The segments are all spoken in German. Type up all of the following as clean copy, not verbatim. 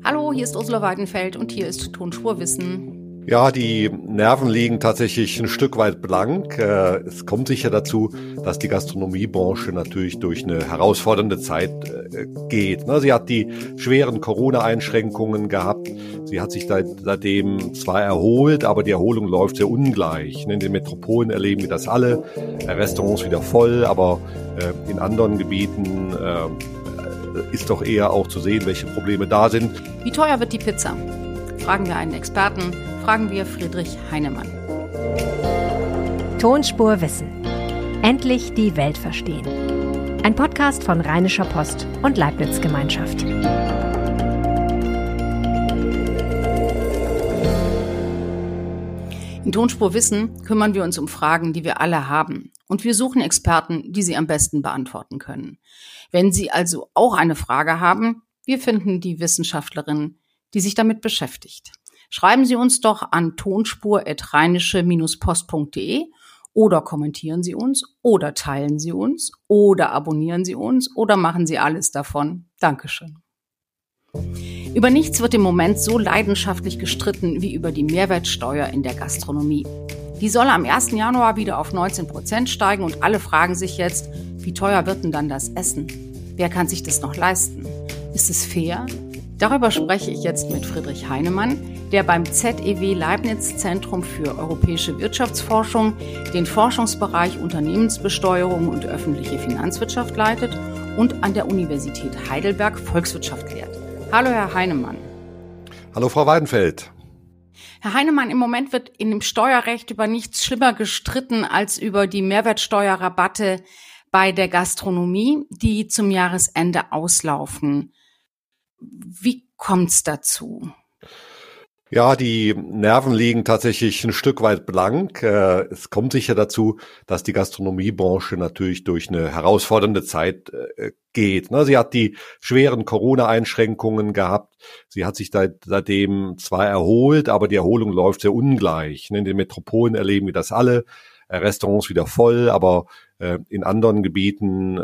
Hallo, hier ist Ursula Weidenfeld und hier ist Tonspurwissen. Ja, die Nerven liegen tatsächlich ein Stück weit blank. Es kommt sicher dazu, dass die Gastronomiebranche natürlich durch eine herausfordernde Zeit geht. Sie hat die schweren Corona-Einschränkungen gehabt. Sie hat sich seitdem zwar erholt, aber die Erholung läuft sehr ungleich. In den Metropolen erleben wir das alle. Restaurants wieder voll, aber in anderen Gebieten ist doch eher auch zu sehen, welche Probleme da sind. Wie teuer wird die Pizza? Fragen wir einen Experten, fragen wir Friedrich Heinemann. Tonspurwissen. Endlich die Welt verstehen. Ein Podcast von Rheinischer Post und Leibniz Gemeinschaft. In Tonspurwissen kümmern wir uns um Fragen, die wir alle haben. Und wir suchen Experten, die sie am besten beantworten können. Wenn Sie also auch eine Frage haben, wir finden die Wissenschaftlerin, die sich damit beschäftigt. Schreiben Sie uns doch an tonspur@rheinische-post.de oder kommentieren Sie uns oder teilen Sie uns oder abonnieren Sie uns oder machen Sie alles davon. Dankeschön. Über nichts wird im Moment so leidenschaftlich gestritten wie über die Mehrwertsteuer in der Gastronomie. Die soll am 1. Januar wieder auf 19% steigen und alle fragen sich jetzt, wie teuer wird denn dann das Essen? Wer kann sich das noch leisten? Ist es fair? Darüber spreche ich jetzt mit Friedrich Heinemann, der beim ZEW Leibniz Zentrum für europäische Wirtschaftsforschung den Forschungsbereich Unternehmensbesteuerung und öffentliche Finanzwirtschaft leitet und an der Universität Heidelberg Volkswirtschaft lehrt. Hallo, Herr Heinemann. Hallo, Frau Weidenfeld. Herr Heinemann, im Moment wird in dem Steuerrecht über nichts schlimmer gestritten als über die Mehrwertsteuerrabatte bei der Gastronomie, die zum Jahresende auslaufen. Wie kommt's dazu? Ja, die Nerven liegen tatsächlich ein Stück weit blank. Es kommt sicher dazu, dass die Gastronomiebranche natürlich durch eine herausfordernde Zeit geht. Sie hat die schweren Corona-Einschränkungen gehabt. Sie hat sich seitdem zwar erholt, aber die Erholung läuft sehr ungleich. In den Metropolen erleben wir das alle. Restaurants wieder voll, aber in anderen Gebieten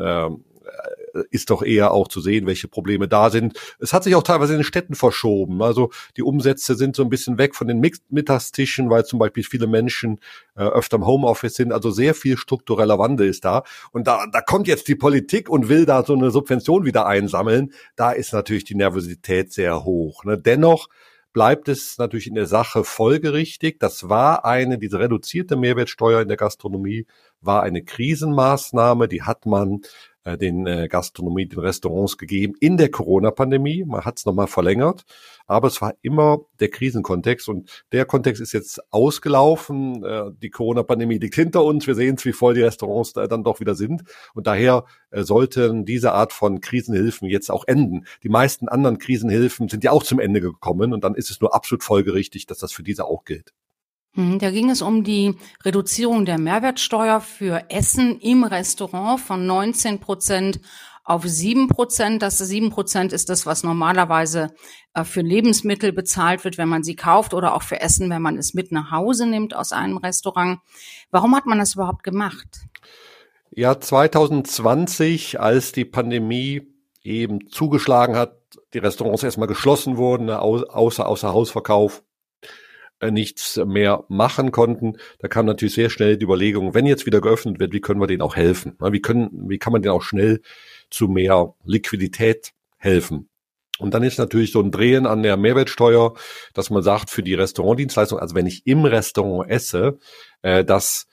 ist doch eher auch zu sehen, welche Probleme da sind. Es hat sich auch teilweise in den Städten verschoben. Also die Umsätze sind so ein bisschen weg von den Mittagstischen, weil zum Beispiel viele Menschen öfter im Homeoffice sind. Also sehr viel struktureller Wandel ist da. Und da kommt jetzt die Politik und will da so eine Subvention wieder einsammeln. Da ist natürlich die Nervosität sehr hoch. Dennoch bleibt es natürlich in der Sache folgerichtig. Das war diese reduzierte Mehrwertsteuer in der Gastronomie war eine Krisenmaßnahme, die hat man den Restaurants gegeben in der Corona-Pandemie. Man hat es nochmal verlängert, aber es war immer der Krisenkontext und der Kontext ist jetzt ausgelaufen. Die Corona-Pandemie liegt hinter uns. Wir sehen es, wie voll die Restaurants dann doch wieder sind und daher sollten diese Art von Krisenhilfen jetzt auch enden. Die meisten anderen Krisenhilfen sind ja auch zum Ende gekommen und dann ist es nur absolut folgerichtig, dass das für diese auch gilt. Da ging es um die Reduzierung der Mehrwertsteuer für Essen im Restaurant von 19% auf 7%. Das 7% ist das, was normalerweise für Lebensmittel bezahlt wird, wenn man sie kauft oder auch für Essen, wenn man es mit nach Hause nimmt aus einem Restaurant. Warum hat man das überhaupt gemacht? Ja, 2020, als die Pandemie eben zugeschlagen hat, die Restaurants erstmal geschlossen wurden, außer Hausverkauf, nichts mehr machen konnten. Da kam natürlich sehr schnell die Überlegung, wenn jetzt wieder geöffnet wird, wie können wir denen auch helfen? Wie kann man denen auch schnell zu mehr Liquidität helfen? Und dann ist natürlich so ein Drehen an der Mehrwertsteuer, dass man sagt, für die Restaurantdienstleistung, also wenn ich im Restaurant esse, dass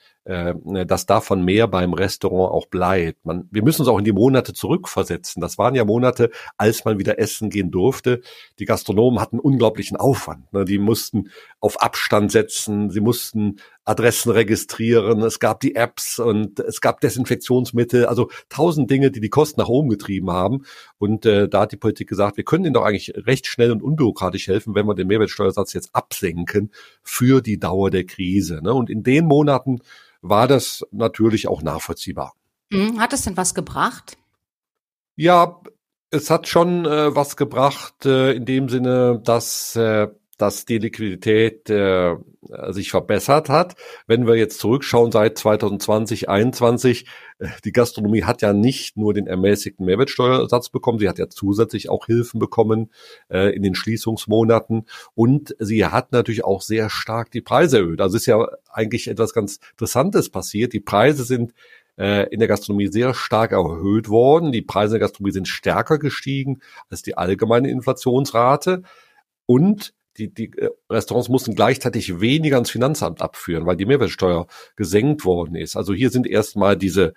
davon mehr beim Restaurant auch bleibt. Wir müssen uns auch in die Monate zurückversetzen. Das waren ja Monate, als man wieder essen gehen durfte. Die Gastronomen hatten unglaublichen Aufwand. Die mussten auf Abstand setzen, sie mussten Adressen registrieren, es gab die Apps und es gab Desinfektionsmittel, also 1000 Dinge, die Kosten nach oben getrieben haben. Und da hat die Politik gesagt, wir können ihnen doch eigentlich recht schnell und unbürokratisch helfen, wenn wir den Mehrwertsteuersatz jetzt absenken für die Dauer der Krise. Und in den Monaten war das natürlich auch nachvollziehbar. Hat es denn was gebracht? Ja, es hat schon was gebracht in dem Sinne, dass dass die Liquidität sich verbessert hat. Wenn wir jetzt zurückschauen seit 2020, 2021, die Gastronomie hat ja nicht nur den ermäßigten Mehrwertsteuersatz bekommen, sie hat ja zusätzlich auch Hilfen bekommen in den Schließungsmonaten und sie hat natürlich auch sehr stark die Preise erhöht. Also ist ja eigentlich etwas ganz Interessantes passiert. Die Preise sind in der Gastronomie sehr stark erhöht worden. Die Preise in der Gastronomie sind stärker gestiegen als die allgemeine Inflationsrate und die Restaurants mussten gleichzeitig weniger ans Finanzamt abführen, weil die Mehrwertsteuer gesenkt worden ist. Also hier sind erstmal diese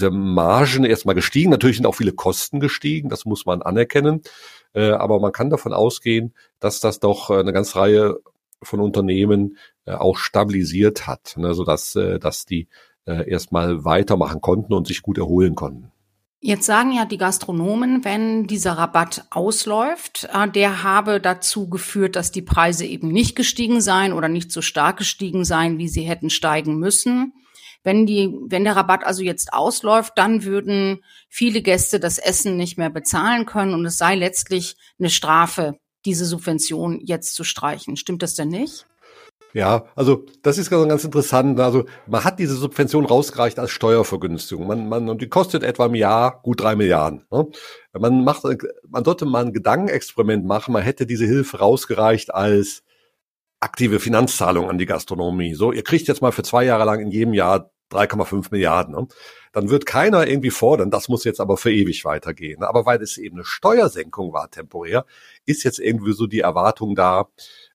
Margen erstmal gestiegen. Natürlich sind auch viele Kosten gestiegen, das muss man anerkennen. Aber man kann davon ausgehen, dass das doch eine ganze Reihe von Unternehmen auch stabilisiert hat, ne, sodass die erstmal weitermachen konnten und sich gut erholen konnten. Jetzt sagen ja die Gastronomen, wenn dieser Rabatt ausläuft, der habe dazu geführt, dass die Preise eben nicht gestiegen seien oder nicht so stark gestiegen seien, wie sie hätten steigen müssen. Wenn der Rabatt also jetzt ausläuft, dann würden viele Gäste das Essen nicht mehr bezahlen können und es sei letztlich eine Strafe, diese Subvention jetzt zu streichen. Stimmt das denn nicht? Ja, also das ist ganz interessant. Also man hat diese Subvention rausgereicht als Steuervergünstigung. Und die kostet etwa im Jahr gut 3 Milliarden. Ne? Man sollte mal ein Gedankenexperiment machen. Man hätte diese Hilfe rausgereicht als aktive Finanzzahlung an die Gastronomie. So, ihr kriegt jetzt mal für 2 Jahre lang in jedem Jahr 3,5 Milliarden. Ne? Dann wird keiner irgendwie fordern, das muss jetzt aber für ewig weitergehen. Aber weil es eben eine Steuersenkung war temporär, ist jetzt irgendwie so die Erwartung da,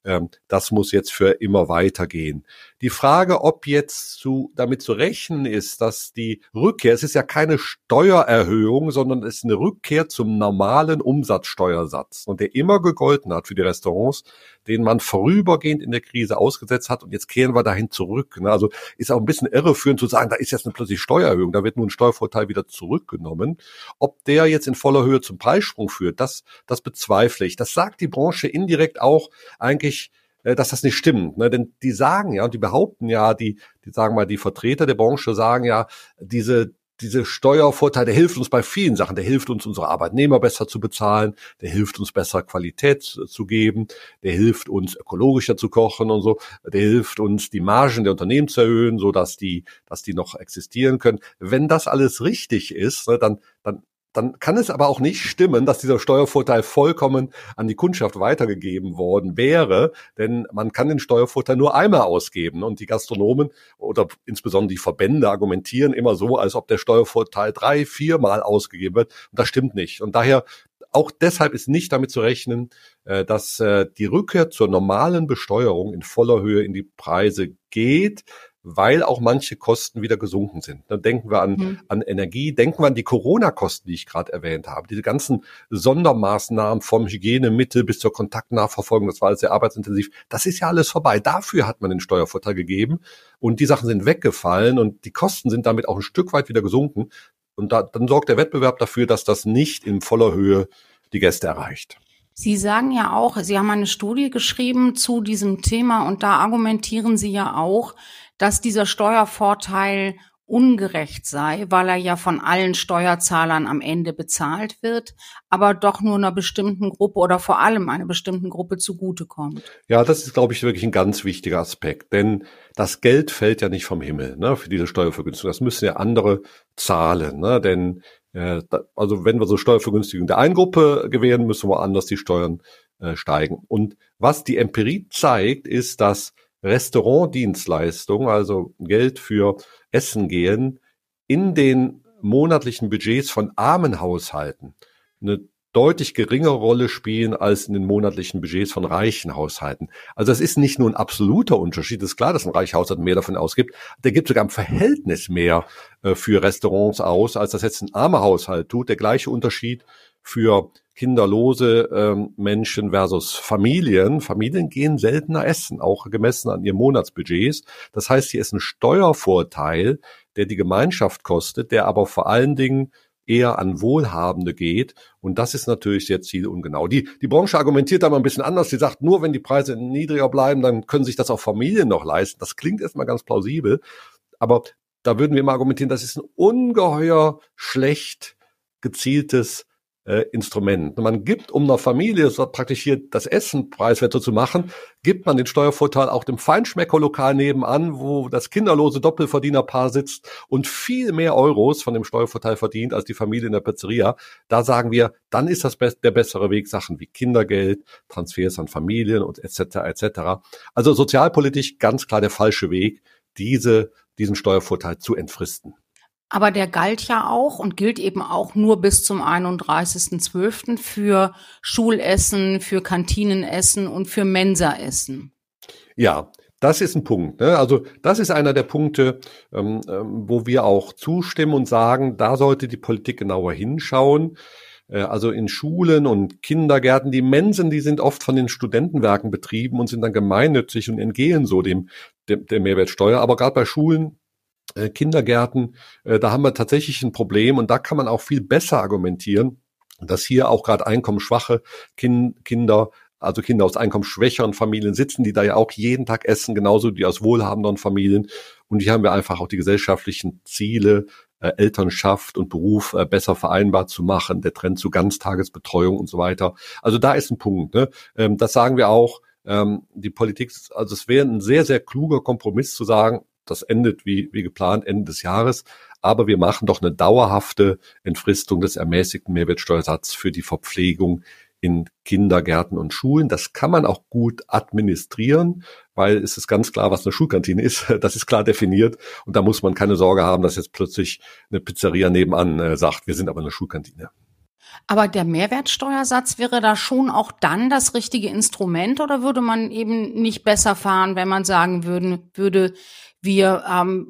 das muss jetzt für immer weitergehen. Die Frage, ob jetzt damit zu rechnen ist, dass die Rückkehr, es ist ja keine Steuererhöhung, sondern es ist eine Rückkehr zum normalen Umsatzsteuersatz und der immer gegolten hat für die Restaurants, den man vorübergehend in der Krise ausgesetzt hat und jetzt kehren wir dahin zurück. Also ist auch ein bisschen irreführend zu sagen, da ist jetzt eine plötzlich Steuererhöhung, da wird nun ein Steuervorteil wieder zurückgenommen. Ob der jetzt in voller Höhe zum Preissprung führt, das bezweifle ich. Das sagt die Branche indirekt auch eigentlich, dass das nicht stimmt, ne? Denn die sagen ja und die behaupten ja, die sagen mal, die Vertreter der Branche sagen ja, diese Steuervorteil, der hilft uns bei vielen Sachen, der hilft uns, unsere Arbeitnehmer besser zu bezahlen, der hilft uns besser Qualität zu geben, der hilft uns ökologischer zu kochen und so, der hilft uns die Margen der Unternehmen zu erhöhen, so dass die noch existieren können. Wenn das alles richtig ist, ne, dann kann es aber auch nicht stimmen, dass dieser Steuervorteil vollkommen an die Kundschaft weitergegeben worden wäre, denn man kann den Steuervorteil nur einmal ausgeben und die Gastronomen oder insbesondere die Verbände argumentieren immer so, als ob der Steuervorteil 3-4 Mal ausgegeben wird und das stimmt nicht. Und daher auch deshalb ist nicht damit zu rechnen, dass die Rückkehr zur normalen Besteuerung in voller Höhe in die Preise geht, weil auch manche Kosten wieder gesunken sind. Dann denken wir an Energie, denken wir an die Corona-Kosten, die ich gerade erwähnt habe. Diese ganzen Sondermaßnahmen vom Hygienemittel bis zur Kontaktnachverfolgung, das war alles sehr arbeitsintensiv. Das ist ja alles vorbei. Dafür hat man den Steuervorteil gegeben und die Sachen sind weggefallen und die Kosten sind damit auch ein Stück weit wieder gesunken. Und dann sorgt der Wettbewerb dafür, dass das nicht in voller Höhe die Gäste erreicht. Sie sagen ja auch, Sie haben eine Studie geschrieben zu diesem Thema und da argumentieren Sie ja auch, dass dieser Steuervorteil ungerecht sei, weil er ja von allen Steuerzahlern am Ende bezahlt wird, aber doch nur einer bestimmten Gruppe oder vor allem einer bestimmten Gruppe zugutekommt. Ja, das ist, glaube ich, wirklich ein ganz wichtiger Aspekt, denn das Geld fällt ja nicht vom Himmel, ne, für diese Steuervergünstigung. Das müssen ja andere zahlen, ne, denn also wenn wir so Steuervergünstigung der einen Gruppe gewähren, müssen woanders die Steuern steigen. Und was die Empirie zeigt, ist, dass Restaurantdienstleistungen, also Geld für Essen gehen, in den monatlichen Budgets von armen Haushalten eine deutlich geringere Rolle spielen als in den monatlichen Budgets von reichen Haushalten. Also das ist nicht nur ein absoluter Unterschied. Es ist klar, dass ein reicher Haushalt mehr davon ausgibt. Der gibt sogar im Verhältnis mehr für Restaurants aus, als das jetzt ein armer Haushalt tut. Der gleiche Unterschied für kinderlose Menschen versus Familien. Familien gehen seltener essen, auch gemessen an ihren Monatsbudgets. Das heißt, hier ist ein Steuervorteil, der die Gemeinschaft kostet, der aber vor allen Dingen eher an Wohlhabende geht. Und das ist natürlich sehr zielungenau. Die Branche argumentiert da mal ein bisschen anders. Sie sagt, nur wenn die Preise niedriger bleiben, dann können sich das auch Familien noch leisten. Das klingt erstmal ganz plausibel. Aber da würden wir immer argumentieren, das ist ein ungeheuer schlecht gezieltes Instrument. Man gibt, um einer Familie so praktisch hier das Essen preiswerter zu machen, gibt man den Steuervorteil auch dem Feinschmeckerlokal nebenan, wo das kinderlose Doppelverdienerpaar sitzt und viel mehr Euros von dem Steuervorteil verdient als die Familie in der Pizzeria. Da sagen wir, dann ist das der bessere Weg, Sachen wie Kindergeld, Transfers an Familien und etc. Also sozialpolitisch ganz klar der falsche Weg, diesen Steuervorteil zu entfristen. Aber der galt ja auch und gilt eben auch nur bis zum 31.12. für Schulessen, für Kantinenessen und für Mensaessen. Ja, das ist ein Punkt. Ne? Also das ist einer der Punkte, wo wir auch zustimmen und sagen, da sollte die Politik genauer hinschauen. Also in Schulen und Kindergärten, die Mensen, die sind oft von den Studentenwerken betrieben und sind dann gemeinnützig und entgehen so der Mehrwertsteuer. Aber gerade bei Schulen, Kindergärten, da haben wir tatsächlich ein Problem und da kann man auch viel besser argumentieren, dass hier auch gerade einkommensschwache Kinder, also Kinder aus einkommensschwächeren Familien sitzen, die da ja auch jeden Tag essen, genauso wie aus wohlhabenderen Familien. Und hier haben wir einfach auch die gesellschaftlichen Ziele, Elternschaft und Beruf besser vereinbar zu machen, der Trend zu Ganztagesbetreuung und so weiter. Also da ist ein Punkt. Ne? Das sagen wir auch. Die Politik, also es wäre ein sehr, sehr kluger Kompromiss zu sagen, das endet wie geplant Ende des Jahres, aber wir machen doch eine dauerhafte Entfristung des ermäßigten Mehrwertsteuersatzes für die Verpflegung in Kindergärten und Schulen. Das kann man auch gut administrieren, weil es ist ganz klar, was eine Schulkantine ist. Das ist klar definiert und da muss man keine Sorge haben, dass jetzt plötzlich eine Pizzeria nebenan sagt, wir sind aber eine Schulkantine. Aber der Mehrwertsteuersatz wäre da schon auch dann das richtige Instrument oder würde man eben nicht besser fahren, wenn man sagen würde, wir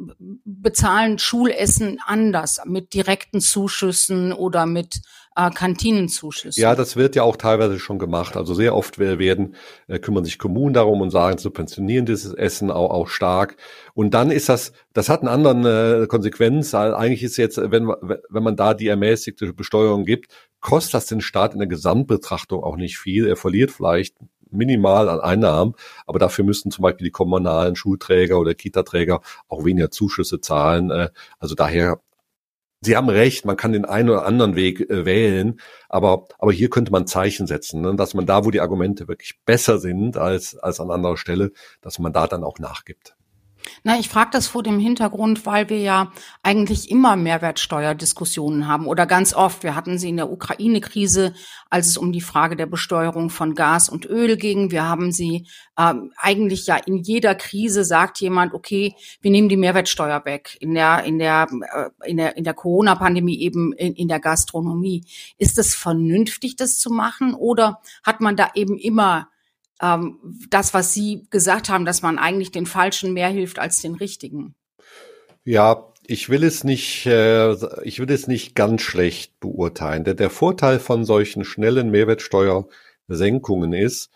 bezahlen Schulessen anders, mit direkten Zuschüssen oder mit Kantinenzuschüssen? Ja, das wird ja auch teilweise schon gemacht. Also sehr oft kümmern sich Kommunen darum und sagen, subventionieren dieses Essen auch stark. Und dann ist das hat eine andere Konsequenz. Eigentlich ist jetzt, wenn man da die ermäßigte Besteuerung gibt, kostet das den Staat in der Gesamtbetrachtung auch nicht viel. Er verliert vielleicht minimal an Einnahmen, aber dafür müssten zum Beispiel die kommunalen Schulträger oder Kitaträger auch weniger Zuschüsse zahlen. Also daher, Sie haben recht, man kann den einen oder anderen Weg wählen, aber hier könnte man Zeichen setzen, ne? Dass man da, wo die Argumente wirklich besser sind als an anderer Stelle, dass man da dann auch nachgibt. Na, ich frage das vor dem Hintergrund, weil wir ja eigentlich immer Mehrwertsteuerdiskussionen haben oder ganz oft. Wir hatten sie in der Ukraine-Krise, als es um die Frage der Besteuerung von Gas und Öl ging. Wir haben sie eigentlich ja in jeder Krise sagt jemand, okay, wir nehmen die Mehrwertsteuer weg. In der Corona-Pandemie eben in der Gastronomie. Ist es vernünftig, das zu machen, oder hat man da eben immer das, was Sie gesagt haben, dass man eigentlich den Falschen mehr hilft als den Richtigen? Ja, ich will es nicht ganz schlecht beurteilen. Der Vorteil von solchen schnellen Mehrwertsteuersenkungen ist,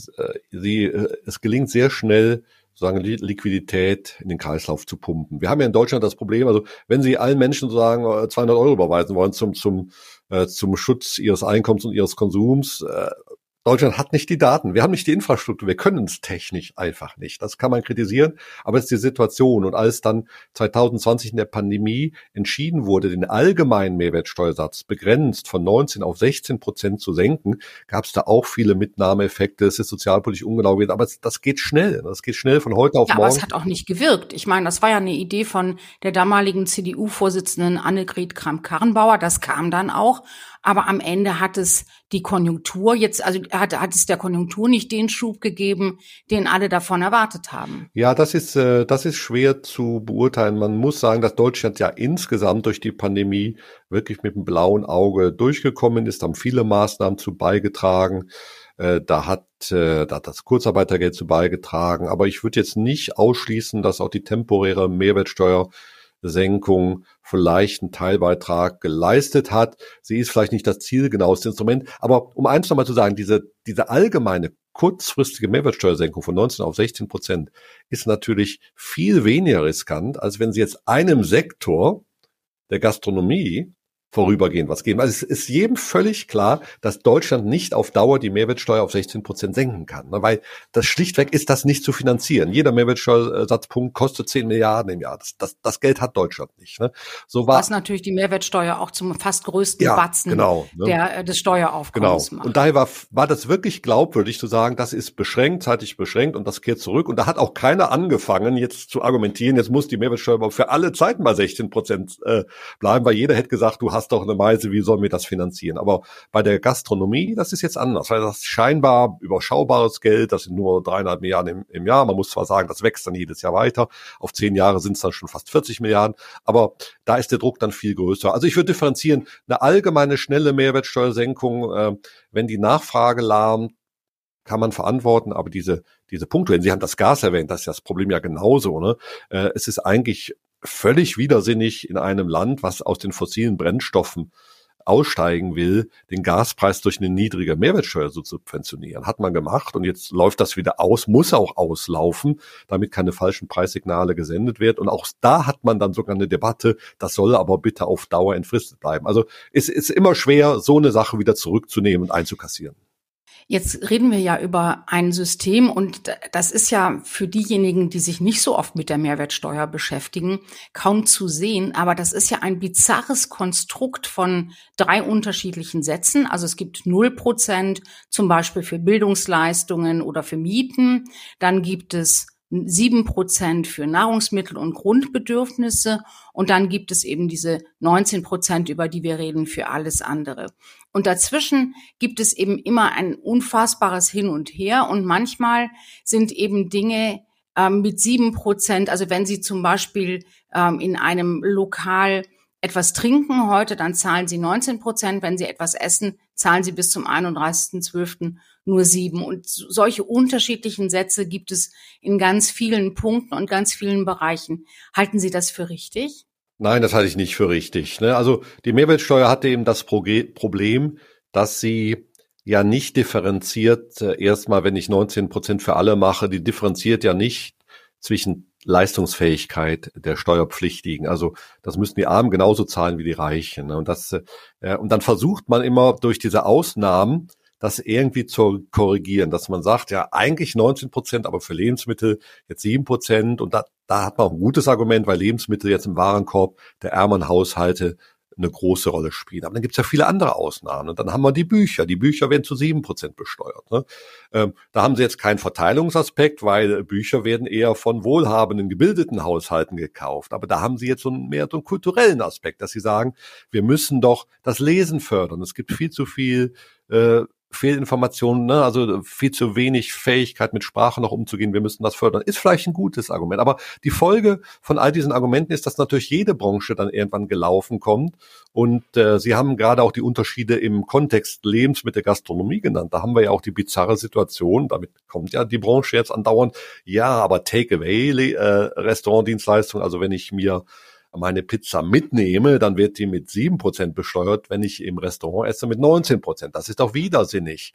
es gelingt sehr schnell, sozusagen Liquidität in den Kreislauf zu pumpen. Wir haben ja in Deutschland das Problem, also wenn Sie allen Menschen sozusagen 200 Euro überweisen wollen zum Schutz ihres Einkommens und ihres Konsums, Deutschland hat nicht die Daten, wir haben nicht die Infrastruktur, wir können es technisch einfach nicht. Das kann man kritisieren, aber es ist die Situation. Und als dann 2020 in der Pandemie entschieden wurde, den allgemeinen Mehrwertsteuersatz begrenzt von 19 auf 16% zu senken, gab es da auch viele Mitnahmeeffekte. Es ist sozialpolitisch ungenau gewesen, aber das geht schnell. Das geht schnell von heute auf morgen. Aber es hat auch nicht gewirkt. Ich meine, das war ja eine Idee von der damaligen CDU-Vorsitzenden Annegret Kramp-Karrenbauer. Das kam dann auch. Aber am Ende hat es die Konjunktur hat es der Konjunktur nicht den Schub gegeben, den alle davon erwartet haben. Ja, das ist schwer zu beurteilen. Man muss sagen, dass Deutschland ja insgesamt durch die Pandemie wirklich mit einem blauen Auge durchgekommen ist, haben viele Maßnahmen zu beigetragen. Da hat das Kurzarbeitergeld zu beigetragen. Aber ich würde jetzt nicht ausschließen, dass auch die temporäre Mehrwertsteuersenkung vielleicht einen Teilbeitrag geleistet hat. Sie ist vielleicht nicht das zielgenaueste Instrument, aber um eins nochmal zu sagen, diese allgemeine kurzfristige Mehrwertsteuersenkung von 19 auf 16% ist natürlich viel weniger riskant, als wenn Sie jetzt einem Sektor der Gastronomie vorübergehend was geben. Also es ist jedem völlig klar, dass Deutschland nicht auf Dauer die Mehrwertsteuer auf 16% senken kann, ne? Weil das schlichtweg ist das nicht zu finanzieren. Jeder Mehrwertsteuersatzpunkt kostet 10 Milliarden im Jahr. Das Geld hat Deutschland nicht. Ne? Was natürlich die Mehrwertsteuer auch zum fast größten Batzen des Steueraufkommens macht. Und daher war das wirklich glaubwürdig zu sagen, das ist beschränkt, zeitlich beschränkt und das kehrt zurück. Und da hat auch keiner angefangen, jetzt zu argumentieren, jetzt muss die Mehrwertsteuer für alle Zeiten bei 16% bleiben, weil jeder hätte gesagt, du hast doch eine Meise, wie sollen wir das finanzieren? Aber bei der Gastronomie, das ist jetzt anders, weil das scheinbar überschaubares Geld, das sind nur 3,5 Milliarden im Jahr. Man muss zwar sagen, das wächst dann jedes Jahr weiter. Auf 10 Jahre sind es dann schon fast 40 Milliarden. Aber da ist der Druck dann viel größer. Also ich würde differenzieren, eine allgemeine, schnelle Mehrwertsteuersenkung, wenn die Nachfrage lahmt, kann man verantworten, aber diese punktuellen, Sie haben das Gas erwähnt, das ist das Problem ja genauso, ne? Es ist eigentlich völlig widersinnig in einem Land, was aus den fossilen Brennstoffen aussteigen will, den Gaspreis durch eine niedrige Mehrwertsteuer zu subventionieren. Hat man gemacht und jetzt läuft das wieder aus, muss auch auslaufen, damit keine falschen Preissignale gesendet werden. Und auch da hat man dann sogar eine Debatte, das soll aber bitte auf Dauer entfristet bleiben. Also es ist immer schwer, so eine Sache wieder zurückzunehmen und einzukassieren. Jetzt reden wir ja über ein System und das ist ja für diejenigen, die sich nicht so oft mit der Mehrwertsteuer beschäftigen, kaum zu sehen. Aber das ist ja ein bizarres Konstrukt von 3 unterschiedlichen Sätzen. Also es gibt 0% zum Beispiel für Bildungsleistungen oder für Mieten. Dann gibt es 7% für Nahrungsmittel und Grundbedürfnisse und dann gibt es eben diese 19%, über die wir reden, für alles andere. Und dazwischen gibt es eben immer ein unfassbares Hin und Her und manchmal sind eben Dinge mit 7%, also wenn Sie zum Beispiel in einem Lokal etwas trinken heute, dann zahlen Sie 19%. Wenn Sie etwas essen, zahlen Sie bis zum 31.12. nur 7%. Und solche unterschiedlichen Sätze gibt es in ganz vielen Punkten und ganz vielen Bereichen. Halten Sie das für richtig? Nein, das halte ich nicht für richtig. Ne? Also die Mehrwertsteuer hatte eben das Problem, dass sie ja nicht differenziert, erstmal, wenn ich 19% für alle mache, die differenziert ja nicht zwischen Leistungsfähigkeit der Steuerpflichtigen. Also das müssen die Armen genauso zahlen wie die Reichen. Und und dann versucht man immer durch diese Ausnahmen das irgendwie zu korrigieren, dass man sagt, ja eigentlich 19%, aber für Lebensmittel jetzt 7%. Und da hat man auch ein gutes Argument, weil Lebensmittel jetzt im Warenkorb der ärmeren Haushalte eine große Rolle spielen. Aber dann gibt's ja viele andere Ausnahmen. Und dann haben wir die Bücher. Die Bücher werden zu 7% besteuert. Ne? Da haben sie jetzt keinen Verteilungsaspekt, weil Bücher werden eher von wohlhabenden, gebildeten Haushalten gekauft. Aber da haben sie jetzt mehr so einen kulturellen Aspekt, dass sie sagen, wir müssen doch das Lesen fördern. Es gibt viel zu viel Fehlinformationen, ne? Also viel zu wenig Fähigkeit mit Sprache noch umzugehen, wir müssen das fördern, ist vielleicht ein gutes Argument. Aber die Folge von all diesen Argumenten ist, dass natürlich jede Branche dann irgendwann gelaufen kommt. Und Sie haben gerade auch die Unterschiede im Kontext Lebensmittel, Gastronomie genannt. Da haben wir ja auch die bizarre Situation, damit kommt ja die Branche jetzt andauernd, ja, aber Takeaway, Restaurantdienstleistung, also wenn ich mir meine Pizza mitnehme, dann wird die mit 7% besteuert, wenn ich im Restaurant esse mit 19%. Das ist doch widersinnig.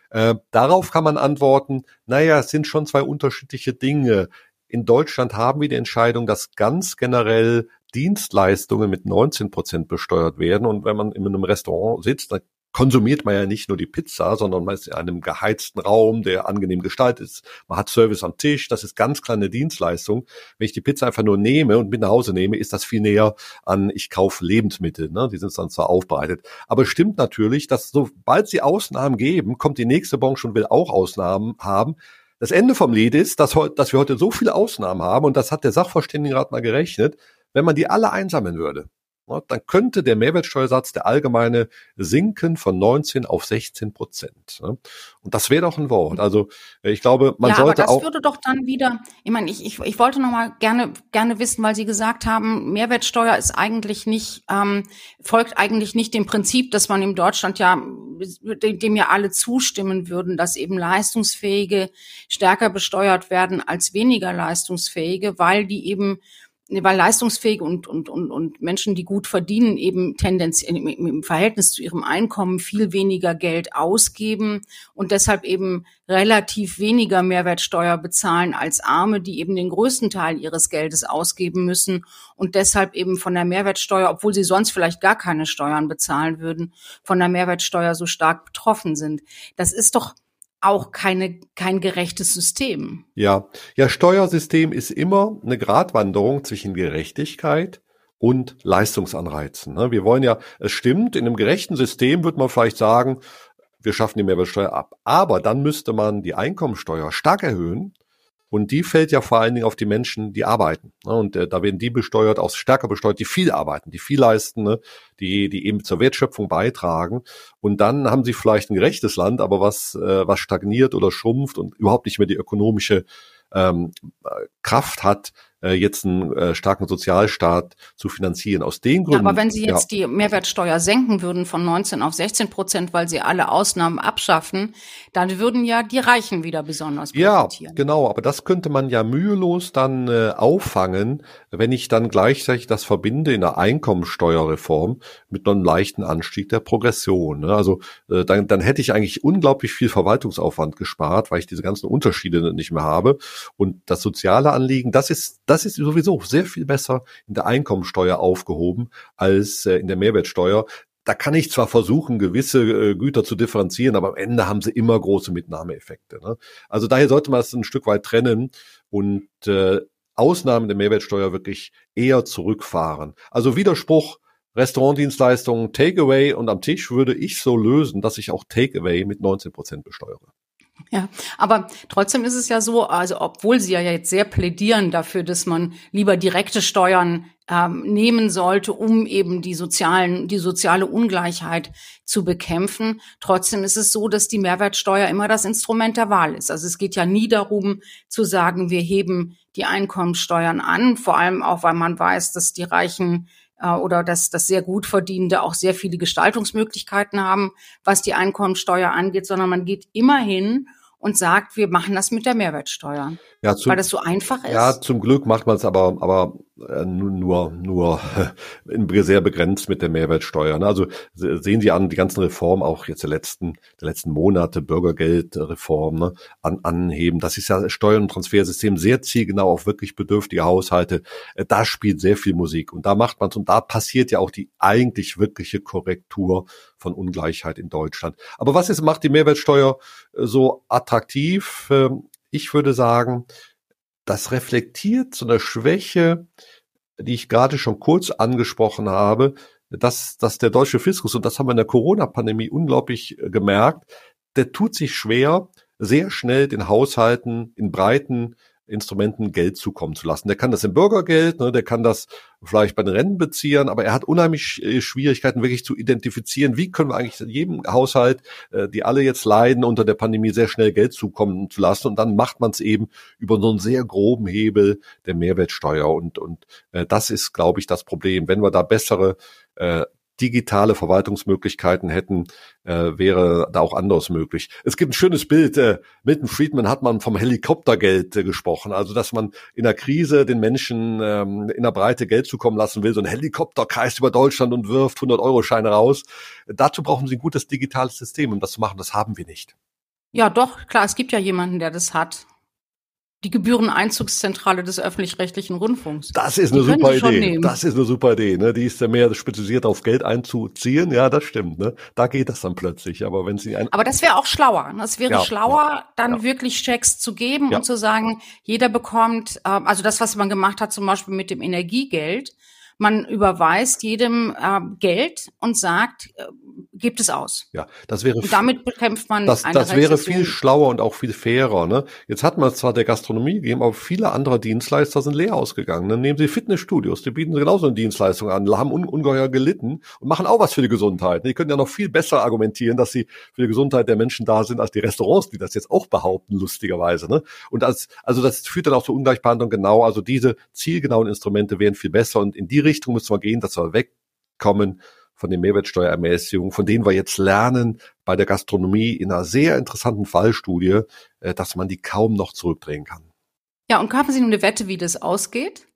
Darauf kann man antworten, naja, es sind schon 2 unterschiedliche Dinge. In Deutschland haben wir die Entscheidung, dass ganz generell Dienstleistungen mit 19% besteuert werden. Und wenn man in einem Restaurant sitzt, dann konsumiert man ja nicht nur die Pizza, sondern man ist in einem geheizten Raum, der angenehm gestaltet ist. Man hat Service am Tisch, das ist ganz kleine Dienstleistung. Wenn ich die Pizza einfach nur nehme und mit nach Hause nehme, ist das viel näher an, ich kaufe Lebensmittel, ne? Die sind dann zwar aufbereitet. Aber es stimmt natürlich, dass sobald sie Ausnahmen geben, kommt die nächste Branche und will auch Ausnahmen haben. Das Ende vom Lied ist, dass wir heute so viele Ausnahmen haben, und das hat der Sachverständigenrat mal gerechnet, wenn man die alle einsammeln würde, dann könnte der Mehrwertsteuersatz, der allgemeine, sinken von 19 auf 16%. Und das wäre doch ein Wort. Also ich glaube, man sollte auch... Aber das würde doch dann wieder, ich meine, ich wollte noch mal gerne wissen, weil Sie gesagt haben, Mehrwertsteuer ist eigentlich nicht, folgt eigentlich nicht dem Prinzip, dass man in Deutschland ja, dem ja alle zustimmen würden, dass eben Leistungsfähige stärker besteuert werden als weniger Leistungsfähige, weil die eben weil leistungsfähig und Menschen, die gut verdienen, eben tendenziell im Verhältnis zu ihrem Einkommen viel weniger Geld ausgeben und deshalb eben relativ weniger Mehrwertsteuer bezahlen als Arme, die eben den größten Teil ihres Geldes ausgeben müssen und deshalb eben von der Mehrwertsteuer, obwohl sie sonst vielleicht gar keine Steuern bezahlen würden, von der Mehrwertsteuer so stark betroffen sind. Das ist doch auch kein gerechtes System. Ja, Steuersystem ist immer eine Gratwanderung zwischen Gerechtigkeit und Leistungsanreizen. Ne? Wir wollen ja, es stimmt, in einem gerechten System würde man vielleicht sagen, wir schaffen die Mehrwertsteuer ab. Aber dann müsste man die Einkommensteuer stark erhöhen. Und die fällt ja vor allen Dingen auf die Menschen, die arbeiten. Und da werden die besteuert, auch stärker besteuert, die viel arbeiten, die viel leisten, ne? die eben zur Wertschöpfung beitragen. Und dann haben sie vielleicht ein gerechtes Land, aber was stagniert oder schrumpft und überhaupt nicht mehr die ökonomische Kraft hat, jetzt einen starken Sozialstaat zu finanzieren. Aus den Gründen. Ja, aber wenn Sie jetzt die Mehrwertsteuer senken würden von 19 auf 16%, weil Sie alle Ausnahmen abschaffen, dann würden ja die Reichen wieder besonders profitieren. Ja, genau. Aber das könnte man ja mühelos dann auffangen, wenn ich dann gleichzeitig das verbinde in der Einkommensteuerreform mit einem leichten Anstieg der Progression. Ne? Also dann hätte ich eigentlich unglaublich viel Verwaltungsaufwand gespart, weil ich diese ganzen Unterschiede nicht mehr habe. Und das soziale Anliegen, das ist sowieso sehr viel besser in der Einkommensteuer aufgehoben als in der Mehrwertsteuer. Da kann ich zwar versuchen, gewisse Güter zu differenzieren, aber am Ende haben sie immer große Mitnahmeeffekte. Ne? Also daher sollte man es ein Stück weit trennen und Ausnahmen der Mehrwertsteuer wirklich eher zurückfahren. Also Widerspruch, Restaurantdienstleistungen, Takeaway und am Tisch würde ich so lösen, dass ich auch Takeaway mit 19% besteuere. Ja, aber trotzdem ist es ja so, also obwohl Sie ja jetzt sehr plädieren dafür, dass man lieber direkte Steuern nehmen sollte, um eben die soziale Ungleichheit zu bekämpfen. Trotzdem ist es so, dass die Mehrwertsteuer immer das Instrument der Wahl ist. Also es geht ja nie darum zu sagen, wir heben die Einkommensteuern an, vor allem auch, weil man weiß, dass die Reichen oder dass das sehr gut Verdienende auch sehr viele Gestaltungsmöglichkeiten haben, was die Einkommensteuer angeht, sondern man geht immer hin und sagt, wir machen das mit der Mehrwertsteuer. Ja, weil das so einfach ist. Ja, zum Glück macht man es aber nur sehr begrenzt mit der Mehrwertsteuer. Also sehen Sie an, die ganzen Reformen, auch jetzt der letzten Monate, Bürgergeldreform, ne, anheben. Das ist ja Steuern- und Transfersystem sehr zielgenau auf wirklich bedürftige Haushalte. Da spielt sehr viel Musik und da macht man es und da passiert ja auch die eigentlich wirkliche Korrektur von Ungleichheit in Deutschland. Aber macht die Mehrwertsteuer so attraktiv? Ich würde sagen, das reflektiert so eine Schwäche, die ich gerade schon kurz angesprochen habe, dass der deutsche Fiskus, und das haben wir in der Corona-Pandemie unglaublich gemerkt, der tut sich schwer, sehr schnell den Haushalten in breiten Instrumenten Geld zukommen zu lassen. Der kann das im Bürgergeld, ne, der kann das vielleicht bei den Rentenbeziehern, aber er hat unheimlich Schwierigkeiten, wirklich zu identifizieren, wie können wir eigentlich jedem Haushalt, die alle jetzt leiden, unter der Pandemie sehr schnell Geld zukommen zu lassen. Und dann macht man es eben über so einen sehr groben Hebel der Mehrwertsteuer. Und das ist, glaube ich, das Problem. Wenn wir da bessere digitale Verwaltungsmöglichkeiten hätten, wäre da auch anderes möglich. Es gibt ein schönes Bild. Milton Friedman hat man vom Helikoptergeld gesprochen. Also, dass man in der Krise den Menschen in der Breite Geld zukommen lassen will. So ein Helikopter kreist über Deutschland und wirft 100-Euro-Scheine raus. Dazu brauchen sie ein gutes digitales System, um das zu machen. Das haben wir nicht. Ja, doch, klar, es gibt ja jemanden, der das hat. Die Gebühreneinzugszentrale des öffentlich-rechtlichen Rundfunks. Das ist eine super Idee. Das ist eine super Idee. Ne? Die ist ja mehr spezialisiert auf Geld einzuziehen. Ja, das stimmt. Ne? Da geht das dann plötzlich. Aber wenn Sie aber das wäre auch schlauer. Es wäre schlauer, dann wirklich Checks zu geben und zu sagen, jeder bekommt, also das, was man gemacht hat, zum Beispiel mit dem Energiegeld. Man überweist jedem Geld und sagt, gibt es aus. Ja, das wäre. Und damit bekämpft man das wäre viel schlauer und auch viel fairer. Ne? Jetzt hat man es zwar der Gastronomie gegeben, aber viele andere Dienstleister sind leer ausgegangen. Dann nehmen Sie Fitnessstudios, die bieten genauso eine Dienstleistung an, haben ungeheuer gelitten und machen auch was für die Gesundheit. Die können ja noch viel besser argumentieren, dass sie für die Gesundheit der Menschen da sind, als die Restaurants, die das jetzt auch behaupten, lustigerweise. Ne? Und das führt dann auch zur Ungleichbehandlung genau. Also diese zielgenauen Instrumente wären viel besser und in die Richtung müssen wir gehen, dass wir wegkommen von den Mehrwertsteuerermäßigungen, von denen wir jetzt lernen bei der Gastronomie in einer sehr interessanten Fallstudie, dass man die kaum noch zurückdrehen kann. Ja, und haben Sie nun eine Wette, wie das ausgeht?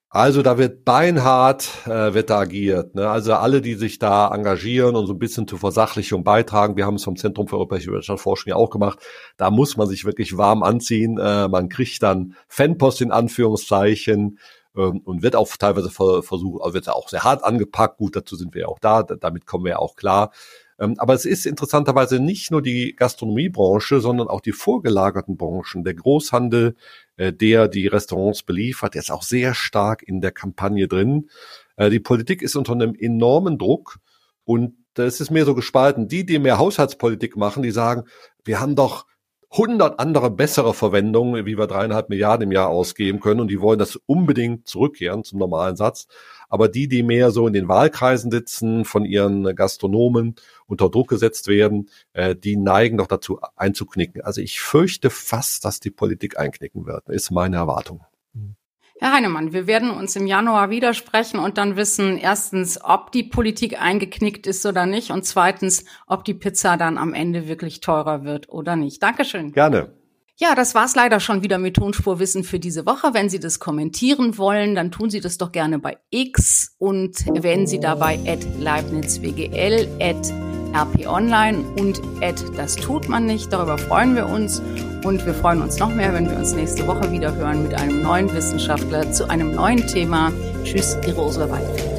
Also da wird beinhart wird da agiert. Ne? Also alle, die sich da engagieren und so ein bisschen zur Versachlichung beitragen, wir haben es vom Zentrum für europäische Wirtschaftsforschung ja auch gemacht, da muss man sich wirklich warm anziehen. Man kriegt dann Fanpost in Anführungszeichen und wird auch teilweise versucht, also wird auch sehr hart angepackt. Gut, dazu sind wir ja auch da, damit kommen wir ja auch klar. Aber es ist interessanterweise nicht nur die Gastronomiebranche, sondern auch die vorgelagerten Branchen. Der Großhandel, der die Restaurants beliefert, der ist auch sehr stark in der Kampagne drin. Die Politik ist unter einem enormen Druck und es ist mehr so gespalten. Die mehr Haushaltspolitik machen, die sagen, wir haben doch 100 andere bessere Verwendungen, wie wir 3,5 Milliarden im Jahr ausgeben können, und die wollen das unbedingt zurückkehren zum normalen Satz. Aber die mehr so in den Wahlkreisen sitzen, von ihren Gastronomen unter Druck gesetzt werden, die neigen doch dazu einzuknicken. Also ich fürchte fast, dass die Politik einknicken wird, ist meine Erwartung. Herr Heinemann, wir werden uns im Januar widersprechen und dann wissen, erstens, ob die Politik eingeknickt ist oder nicht, und zweitens, ob die Pizza dann am Ende wirklich teurer wird oder nicht. Dankeschön. Gerne. Ja, das war's leider schon wieder mit Tonspurwissen für diese Woche. Wenn Sie das kommentieren wollen, dann tun Sie das doch gerne bei X und erwähnen Sie dabei @LeibnizWGL, @RP-Online und @das tut man nicht. Darüber freuen wir uns. Und wir freuen uns noch mehr, wenn wir uns nächste Woche wieder hören mit einem neuen Wissenschaftler zu einem neuen Thema. Tschüss, Ihre Ursula Weidfeld.